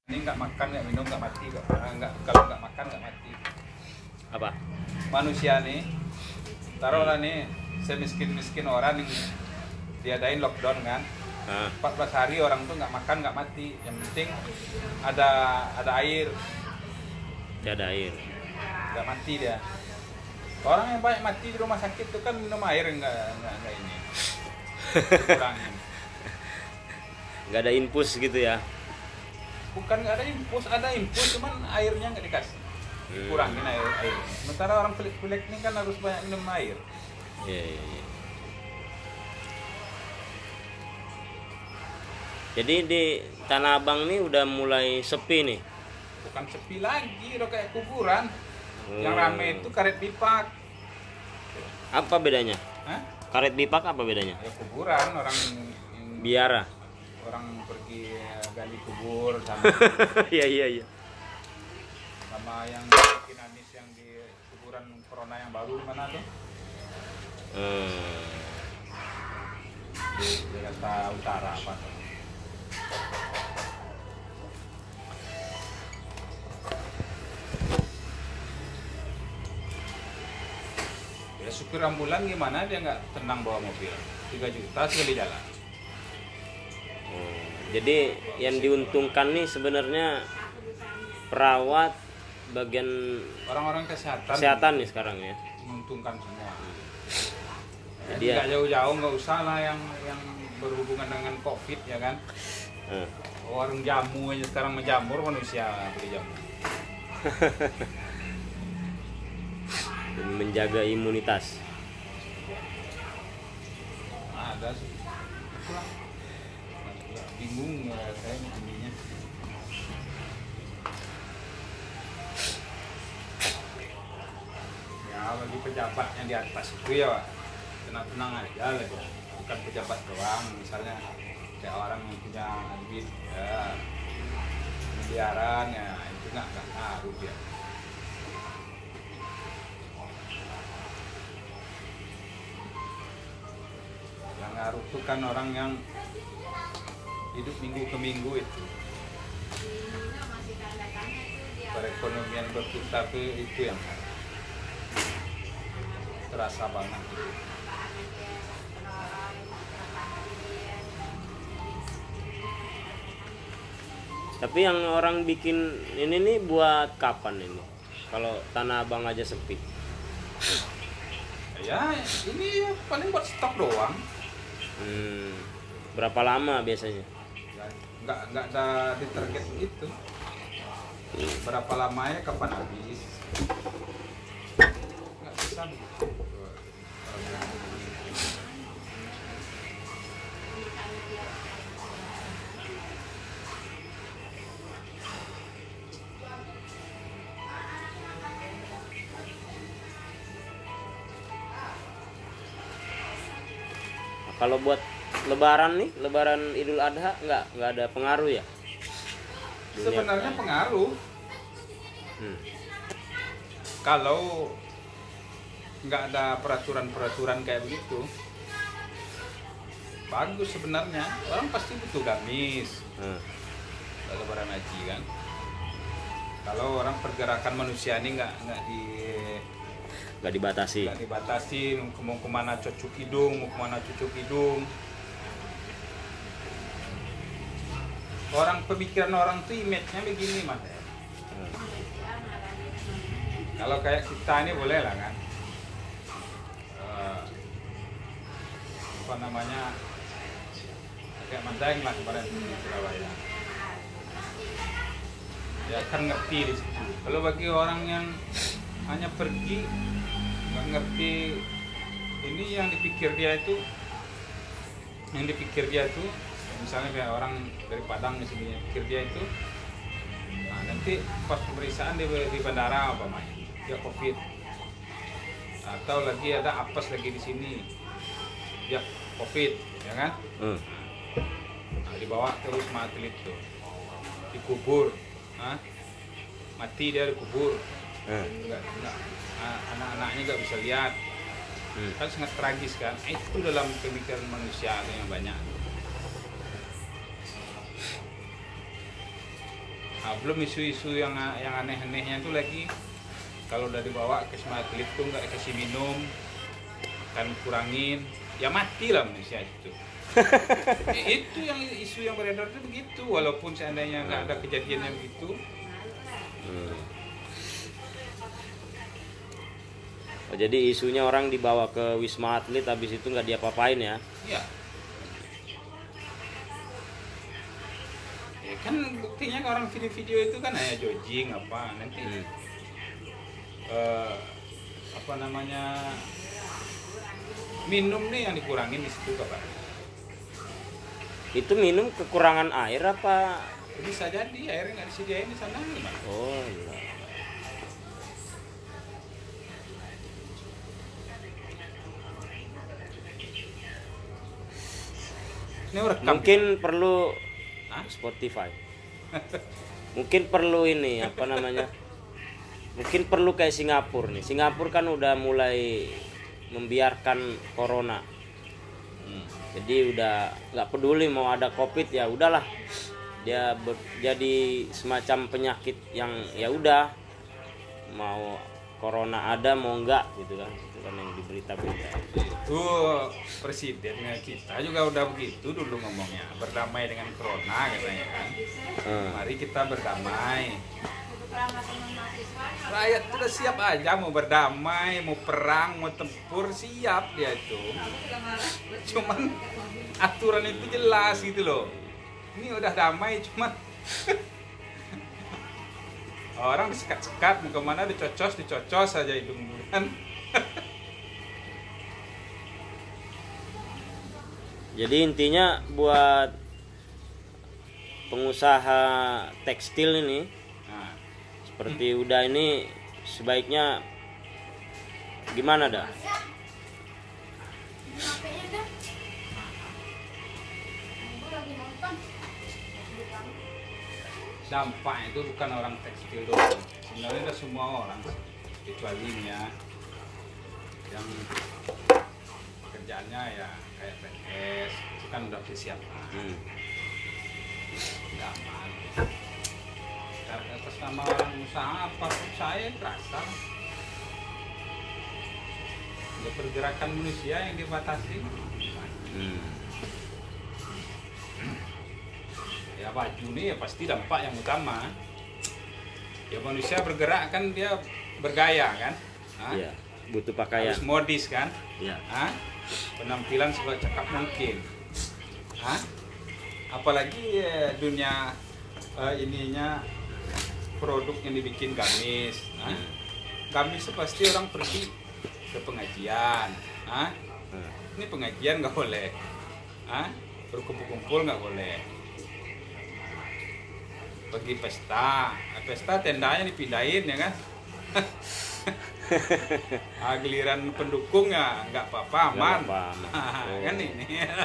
Ini nggak makan, nggak minum, nggak mati kok. Kalau nggak makan nggak mati. Apa? Manusia nih, taruhlah nih, semiskin-miskin orang yang diadain lockdown kan. 14 hari orang tuh nggak makan nggak mati. Yang penting ada air. Tidak ada air. Nggak mati dia. Orang yang banyak mati di rumah sakit tuh kan minum air nggak ini. Kurangin. Nggak ada infus gitu ya? Bukan nggak ada infus, cuman airnya nggak dikasih. Kurangin air. Sementara orang pelik-pelik ini kan harus banyak minum air. Iya. Jadi di Tanah Abang nih udah mulai sepi nih. Bukan sepi lagi, udah kayak kuburan. Yang rame itu karet pipak. Apa bedanya? Hah? Karet bipak apa bedanya? Ya kuburan, orang Biara. orang pergi gali kubur sama Iya. sama yang bikin anis yang di kuburan corona yang baru mana tuh? Di Jakarta Utara apa tuh? Ya supir ambulan gimana dia nggak tenang bawa mobil 3 juta sekali jalan. Jadi yang diuntungkan nih sebenarnya perawat bagian Orang-orang kesehatan nih sekarang ya. menguntungkan semua. Jadi Jadi ya- nggak jauh-jauh, nggak usah lah yang berhubungan dengan COVID ya kan. Warung jamu aja sekarang menjamur, manusia beli jamu. Demi menjaga imunitas. Ada sih. Itulah. Bingung ya saya ininya. Ya bagi pejabat yang di atas itu ya tenang-tenang aja lah ya. Bukan pejabat doang, misalnya kayak orang yang punya duit ya miliaran ya itu nggak ngaruh ya. Yang ngaruh tuh kan orang yang hidup minggu ke minggu itu. Perekonomian berputar itu yang terasa banget. Tapi yang orang bikin ini nih buat kapan ini? Kalau Tanah Abang aja sepi. Ya ini paling buat stok doang. Berapa lama biasanya? Ya, nggak ada di target itu. Berapa lamanya kapan habis? Nggak bisa begitu. Kalau buat Lebaran nih, Lebaran Idul Adha nggak ada pengaruh ya? Sebenarnya pengaruh. Kalau nggak ada peraturan kayak begitu, bagus sebenarnya. Orang pasti butuh gamis. Lebaran haji kan. Kalau orang pergerakan manusia ini nggak dibatasi. mau kemana cucuk hidung, orang pemikiran orang tuh image-nya begini mas. Kalau kayak kita ini boleh lah kan, apa namanya, kayak Mandaeng lah kemarin di Surabaya ya kan ngerti di situ. Kalau bagi orang yang hanya pergi nggak ngerti ini, yang dipikir dia itu misalnya kayak orang dari Padang misalnya, pikir dia itu nanti pas pemeriksaan di bandara apa main dia COVID, atau lagi ada apes lagi di sini dia COVID ya kan. Dibawa ke Wisma Atlet tuh, dikubur, mati dia dikubur. Enggak, anak-anaknya nggak bisa lihat, kan sangat tragis kan. Itu dalam pemikiran manusia yang banyak. Nah, belum isu-isu yang aneh-anehnya itu lagi, kalau udah dibawa ke Wisma Atlet tuh nggak kasih minum, kan kurangin, ya mati lah manusia itu. Itu yang isu yang beredar itu begitu, walaupun seandainya nggak ada kejadian yang begitu. Oh, jadi isunya orang dibawa ke Wisma Atlet habis itu nggak diapa-apain ya? Iya. Ya kan buktinya kan orang video-video itu kan hanya jogging apa nanti apa namanya minum nih yang dikurangin di situ kapan? Itu minum kekurangan air apa? Bisa jadi airnya nggak disediain di sana gimana? Oh, iya. Ini rekam. Mungkin perlu Hah? Spotify. Mungkin perlu ini apa namanya? Mungkin perlu kayak Singapura nih. Singapura kan udah mulai membiarkan corona. Jadi udah nggak peduli mau ada COVID ya udahlah. Dia jadi semacam penyakit yang ya udah mau corona ada mau enggak gitu kan. Itu kan yang diberita-berita. Itu presidennya kita juga udah begitu dulu ngomongnya, berdamai dengan corona katanya kan. Mari kita berdamai. Rakyat itu udah siap aja mau berdamai, mau perang, mau tempur, siap dia itu. Cuman aturan itu jelas gitu loh. Ini udah damai cuman orang disekat-sekat, mau kemana dicocos aja hidung kan. Jadi intinya buat pengusaha tekstil ini Nah, seperti udah ini sebaiknya gimana dah? dampaknya itu bukan orang tekstil doang, sebenarnya udah semua orang kecuali ini ya yang pekerjaannya ya kayak PNS itu kan udah disiapkan. Aman. Atas nama orang usaha apapun saya terasa ya pergerakan manusia yang dibatasi. Ya baju nih ya pasti dampak yang utama. Ya manusia bergerak kan dia bergaya kan. Iya, butuh pakaian. Harus modis kan. Iya. Penampilan secakap mungkin. Apalagi dunia ininya produk yang dibikin gamis. Gamis pasti orang pergi ke pengajian. Ini pengajian nggak boleh. Berkumpul-kumpul nggak boleh. Pergi pesta tendanya dipindahin ya kan. Giliran pendukungnya nggak apa-apa aman. Kan ini.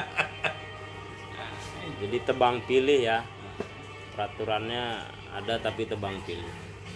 Jadi tebang pilih ya, peraturannya ada tapi tebang pilih.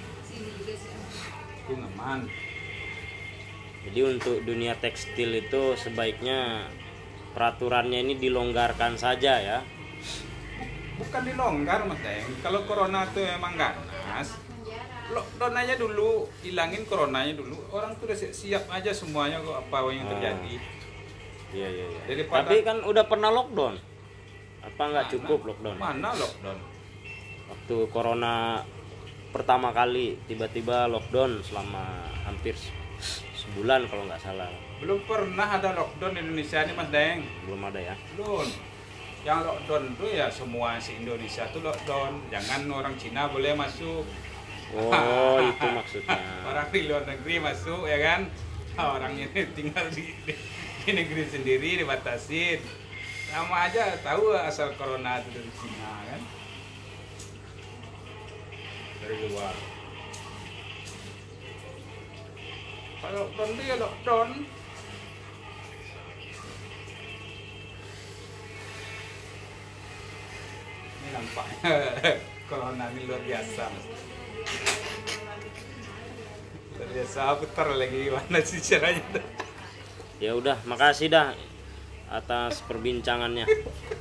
Itu aman. Jadi untuk dunia tekstil itu sebaiknya peraturannya ini dilonggarkan saja ya. Bukan dilonggar Mas Deng. Kalau corona itu emang ganas, lockdown aja dulu, hilangin coronanya dulu. Orang tuh udah siap aja semuanya kok apa yang terjadi. Iya. Daripada, tapi kan udah pernah lockdown. Apa nggak cukup lockdown? Mana lockdown? Waktu corona pertama kali tiba-tiba lockdown selama hampir sebulan kalau nggak salah. Belum pernah ada lockdown di Indonesia ini Mas Deng. Belum ada ya? Belum. Yang lockdown itu ya semua se-Indonesia tuh lockdown. Jangan orang Cina boleh masuk. Oh, itu maksudnya. Orang di luar negeri masuk ya kan. Orang ini tinggal di negeri sendiri dibatasin. Sama aja tahu asal corona itu dari Cina kan. Dari luar. Kalau lockdown itu ya lockdown. Ini nampaknya corona ini luar biasa. Luar biasa, putar lagi gimana sih caranya? Ya udah, makasih dah atas perbincangannya.